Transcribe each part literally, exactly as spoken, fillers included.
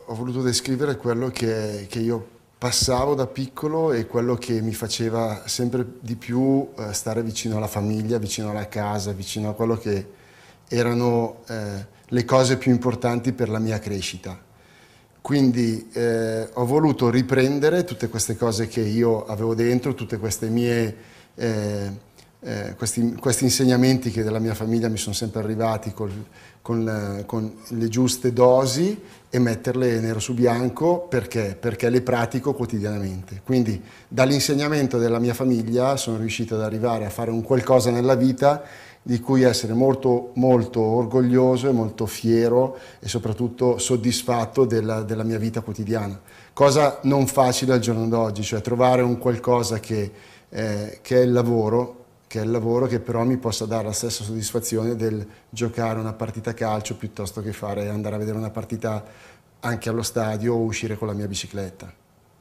ho voluto descrivere quello che, che io passavo da piccolo e quello che mi faceva sempre di più eh, stare vicino alla famiglia, vicino alla casa, vicino a quello che erano eh, le cose più importanti per la mia crescita. Quindi eh, ho voluto riprendere tutte queste cose che io avevo dentro, tutte queste mie, eh, eh, questi, questi insegnamenti che dalla mia famiglia mi sono sempre arrivati col, con, con le giuste dosi e metterle nero su bianco perché? Perché le pratico quotidianamente. Quindi dall'insegnamento della mia famiglia sono riuscito ad arrivare a fare un qualcosa nella vita di cui essere molto, molto orgoglioso e molto fiero e soprattutto soddisfatto della, della mia vita quotidiana. Cosa non facile al giorno d'oggi, cioè trovare un qualcosa che, eh, che è il lavoro, che è il lavoro che però mi possa dare la stessa soddisfazione del giocare una partita a calcio piuttosto che fare, andare a vedere una partita anche allo stadio o uscire con la mia bicicletta.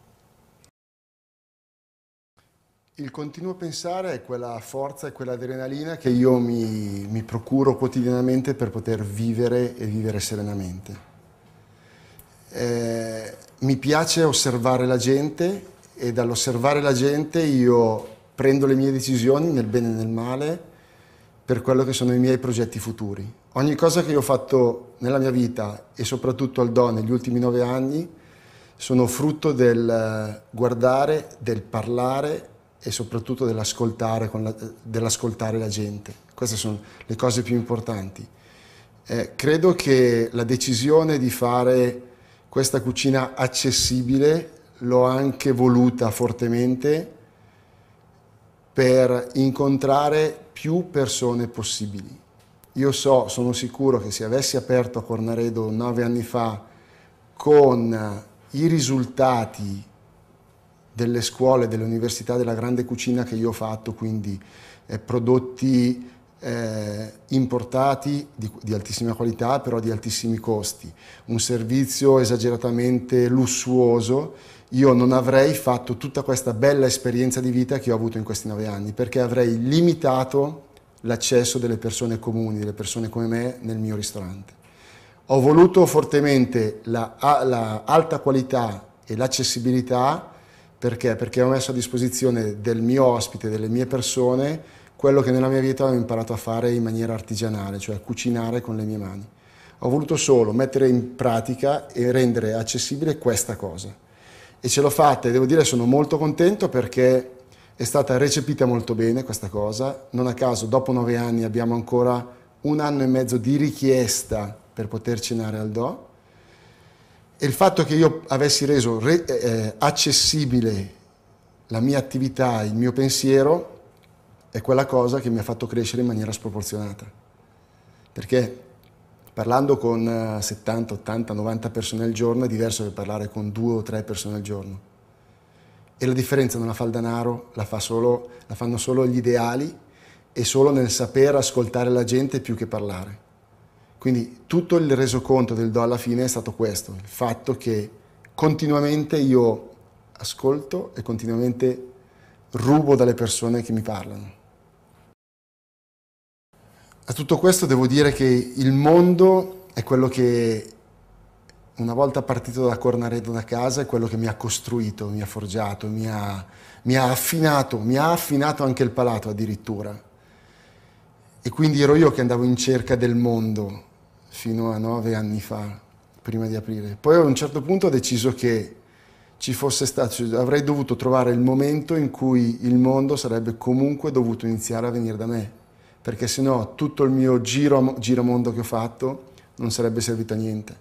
Il continuo pensare è quella forza e quella adrenalina che io mi, mi procuro quotidianamente per poter vivere e vivere serenamente. Eh, mi piace osservare la gente e dall'osservare la gente io prendo le mie decisioni nel bene e nel male per quello che sono i miei progetti futuri. Ogni cosa che io ho fatto nella mia vita e soprattutto al D O negli ultimi nove anni sono frutto del guardare, del parlare e soprattutto dell'ascoltare la, dell'ascoltare la gente. Queste sono le cose più importanti. Eh, credo che la decisione di fare questa cucina accessibile l'ho anche voluta fortemente per incontrare più persone possibili. Io so, sono sicuro che se avessi aperto a Cornaredo nove anni fa con i risultati delle scuole, delle università, della grande cucina che io ho fatto, quindi eh, prodotti eh, importati di, di altissima qualità, però di altissimi costi, un servizio esageratamente lussuoso, io non avrei fatto tutta questa bella esperienza di vita che ho avuto in questi nove anni, perché avrei limitato l'accesso delle persone comuni, delle persone come me, nel mio ristorante. Ho voluto fortemente la, la alta qualità e l'accessibilità. Perché? Perché ho messo a disposizione del mio ospite, delle mie persone, quello che nella mia vita ho imparato a fare in maniera artigianale, cioè cucinare con le mie mani. Ho voluto solo mettere in pratica e rendere accessibile questa cosa. E ce l'ho fatta e devo dire sono molto contento perché è stata recepita molto bene questa cosa. Non a caso dopo nove anni abbiamo ancora un anno e mezzo di richiesta per poter cenare al D O. E il fatto che io avessi reso re, eh, accessibile la mia attività, il mio pensiero, è quella cosa che mi ha fatto crescere in maniera sproporzionata. Perché parlando con settanta, ottanta, novanta persone al giorno è diverso che parlare con due o tre persone al giorno. E la differenza non la fa il denaro, la, fa solo, la fanno solo gli ideali e solo nel saper ascoltare la gente più che parlare. Quindi tutto il resoconto del D O alla fine è stato questo, il fatto che continuamente io ascolto e continuamente rubo dalle persone che mi parlano. A tutto questo devo dire che il mondo è quello che, una volta partito da Cornaredo da casa, è quello che mi ha costruito, mi ha forgiato, mi ha, mi ha affinato, mi ha affinato anche il palato addirittura. E quindi ero io che andavo in cerca del mondo fino a nove anni fa, prima di aprire. Poi a un certo punto ho deciso che ci fosse stato, cioè, avrei dovuto trovare il momento in cui il mondo sarebbe comunque dovuto iniziare a venire da me, perché sennò tutto il mio giro, giramondo che ho fatto non sarebbe servito a niente.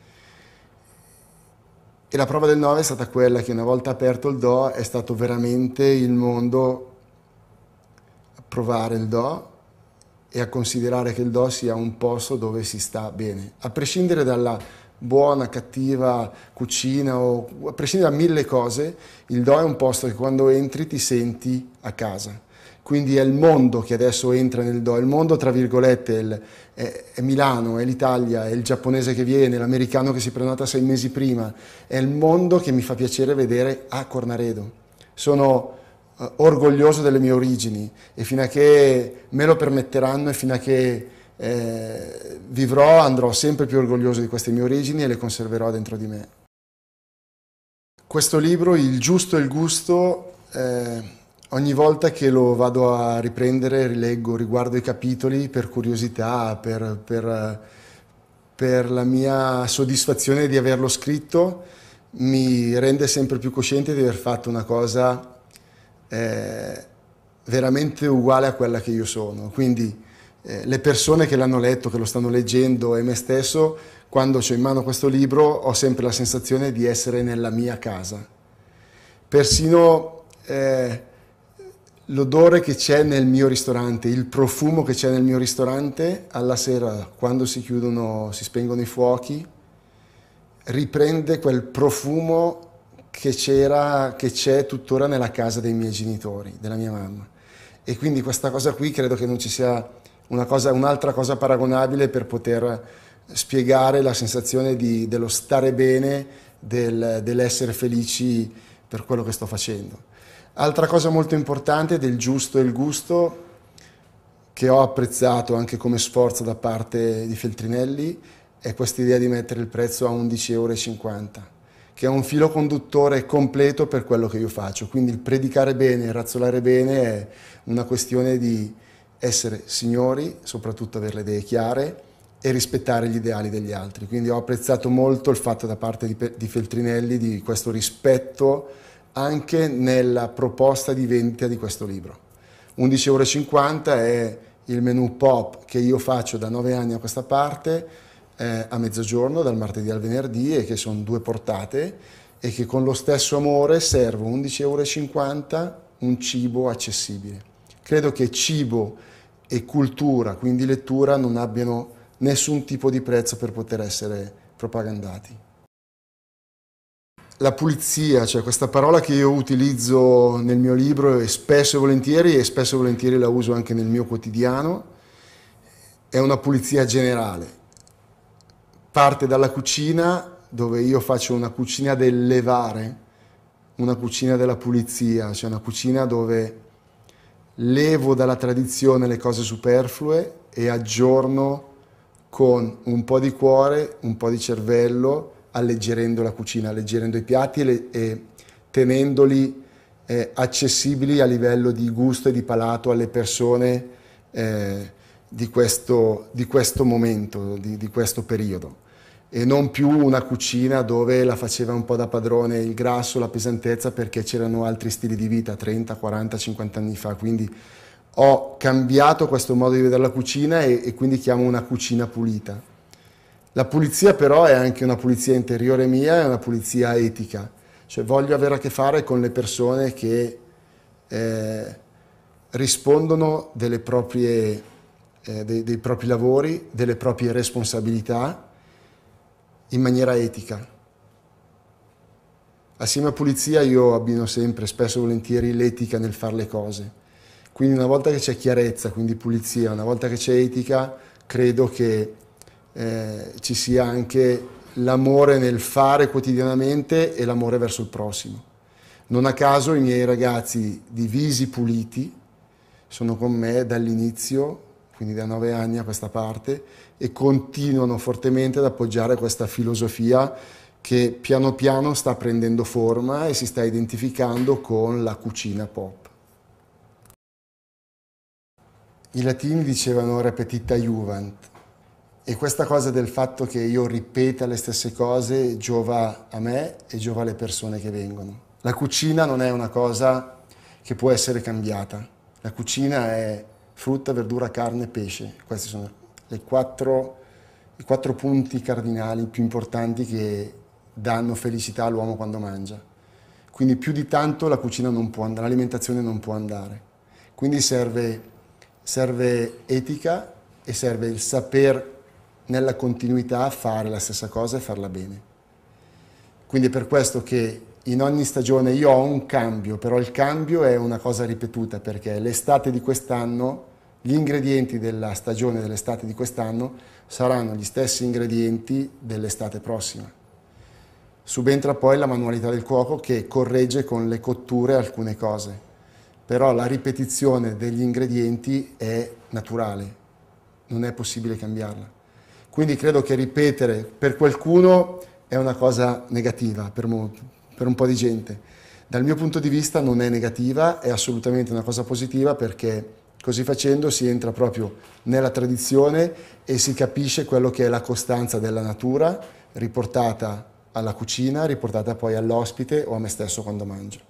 E la prova del nove è stata quella che una volta aperto il D O è stato veramente il mondo a provare il D O e a considerare che il D O sia un posto dove si sta bene, a prescindere dalla buona, cattiva cucina o a prescindere da mille cose, il D O è un posto che quando entri ti senti a casa. Quindi è il mondo che adesso entra nel D O, il mondo tra virgolette il, è, è Milano, è l'Italia, è il giapponese che viene, l'americano che si prenota sei mesi prima, è il mondo che mi fa piacere vedere a Cornaredo. Sono uh, orgoglioso delle mie origini e fino a che me lo permetteranno e fino a che eh, vivrò andrò sempre più orgoglioso di queste mie origini e le conserverò dentro di me. Questo libro, Il giusto e il gusto, eh, ogni volta che lo vado a riprendere, rileggo, riguardo i capitoli per curiosità, per, per, per la mia soddisfazione di averlo scritto, mi rende sempre più cosciente di aver fatto una cosa eh, veramente uguale a quella che io sono. Quindi eh, le persone che l'hanno letto, che lo stanno leggendo e me stesso, quando ho in mano questo libro ho sempre la sensazione di essere nella mia casa. Persino eh, l'odore che c'è nel mio ristorante, il profumo che c'è nel mio ristorante, alla sera quando si chiudono, si spengono i fuochi, riprende quel profumo che c'era, che c'è tuttora nella casa dei miei genitori, della mia mamma. E quindi questa cosa qui credo che non ci sia una cosa, un'altra cosa paragonabile per poter spiegare la sensazione di, dello stare bene, del, dell'essere felici per quello che sto facendo. Altra cosa molto importante del giusto e il gusto, che ho apprezzato anche come sforzo da parte di Feltrinelli, è questa idea di mettere il prezzo a undici e cinquanta euro, che è un filo conduttore completo per quello che io faccio. Quindi il predicare bene, il razzolare bene è una questione di essere signori, soprattutto avere le idee chiare, e rispettare gli ideali degli altri. Quindi ho apprezzato molto il fatto da parte di, di Feltrinelli di questo rispetto anche nella proposta di vendita di questo libro. undici e cinquanta euro è il menù pop che io faccio da nove anni a questa parte, eh, a mezzogiorno, dal martedì al venerdì, e che sono due portate, e che con lo stesso amore servo undici e cinquanta euro un cibo accessibile. Credo che cibo e cultura, quindi lettura, non abbiano nessun tipo di prezzo per poter essere propagandati. La pulizia, cioè questa parola che io utilizzo nel mio libro e spesso e volentieri, e spesso e volentieri la uso anche nel mio quotidiano, è una pulizia generale. Parte dalla cucina, dove io faccio una cucina del levare, una cucina della pulizia, cioè una cucina dove levo dalla tradizione le cose superflue e aggiorno con un po' di cuore, un po' di cervello, alleggerendo la cucina, alleggerendo i piatti e, le, e tenendoli eh, accessibili a livello di gusto e di palato alle persone eh, di, questo, di questo momento, di, di questo periodo. E non più una cucina dove la faceva un po' da padrone il grasso, la pesantezza, perché c'erano altri stili di vita trenta, quaranta, cinquanta anni fa. Quindi ho cambiato questo modo di vedere la cucina e, e quindi chiamo una cucina pulita. La pulizia però è anche una pulizia interiore mia, è una pulizia etica, cioè voglio avere a che fare con le persone che eh, rispondono delle proprie, eh, dei, dei propri lavori, delle proprie responsabilità in maniera etica. Assieme a pulizia io abbino sempre, spesso e volentieri, l'etica nel fare le cose. Quindi una volta che c'è chiarezza, quindi pulizia, una volta che c'è etica, credo che eh, ci sia anche l'amore nel fare quotidianamente e l'amore verso il prossimo. Non a caso i miei ragazzi di Visi Puliti sono con me dall'inizio, quindi da nove anni a questa parte, e continuano fortemente ad appoggiare questa filosofia che piano piano sta prendendo forma e si sta identificando con la cucina pop. I latini dicevano repetita iuvant, e questa cosa del fatto che io ripeta le stesse cose giova a me e giova alle persone che vengono. La cucina non è una cosa che può essere cambiata. La cucina è frutta, verdura, carne, pesce. Questi sono le quattro, i quattro punti cardinali più importanti che danno felicità all'uomo quando mangia. Quindi più di tanto la cucina non può andare, l'alimentazione non può andare. Quindi serve Serve etica e serve il saper nella continuità fare la stessa cosa e farla bene. Quindi è per questo che in ogni stagione io ho un cambio, però il cambio è una cosa ripetuta, perché l'estate di quest'anno, gli ingredienti della stagione dell'estate di quest'anno saranno gli stessi ingredienti dell'estate prossima. Subentra poi la manualità del cuoco che corregge con le cotture alcune cose. Però la ripetizione degli ingredienti è naturale, non è possibile cambiarla. Quindi credo che ripetere per qualcuno è una cosa negativa, per, mo per un po' di gente. Dal mio punto di vista non è negativa, è assolutamente una cosa positiva, perché così facendo si entra proprio nella tradizione e si capisce quello che è la costanza della natura riportata alla cucina, riportata poi all'ospite o a me stesso quando mangio.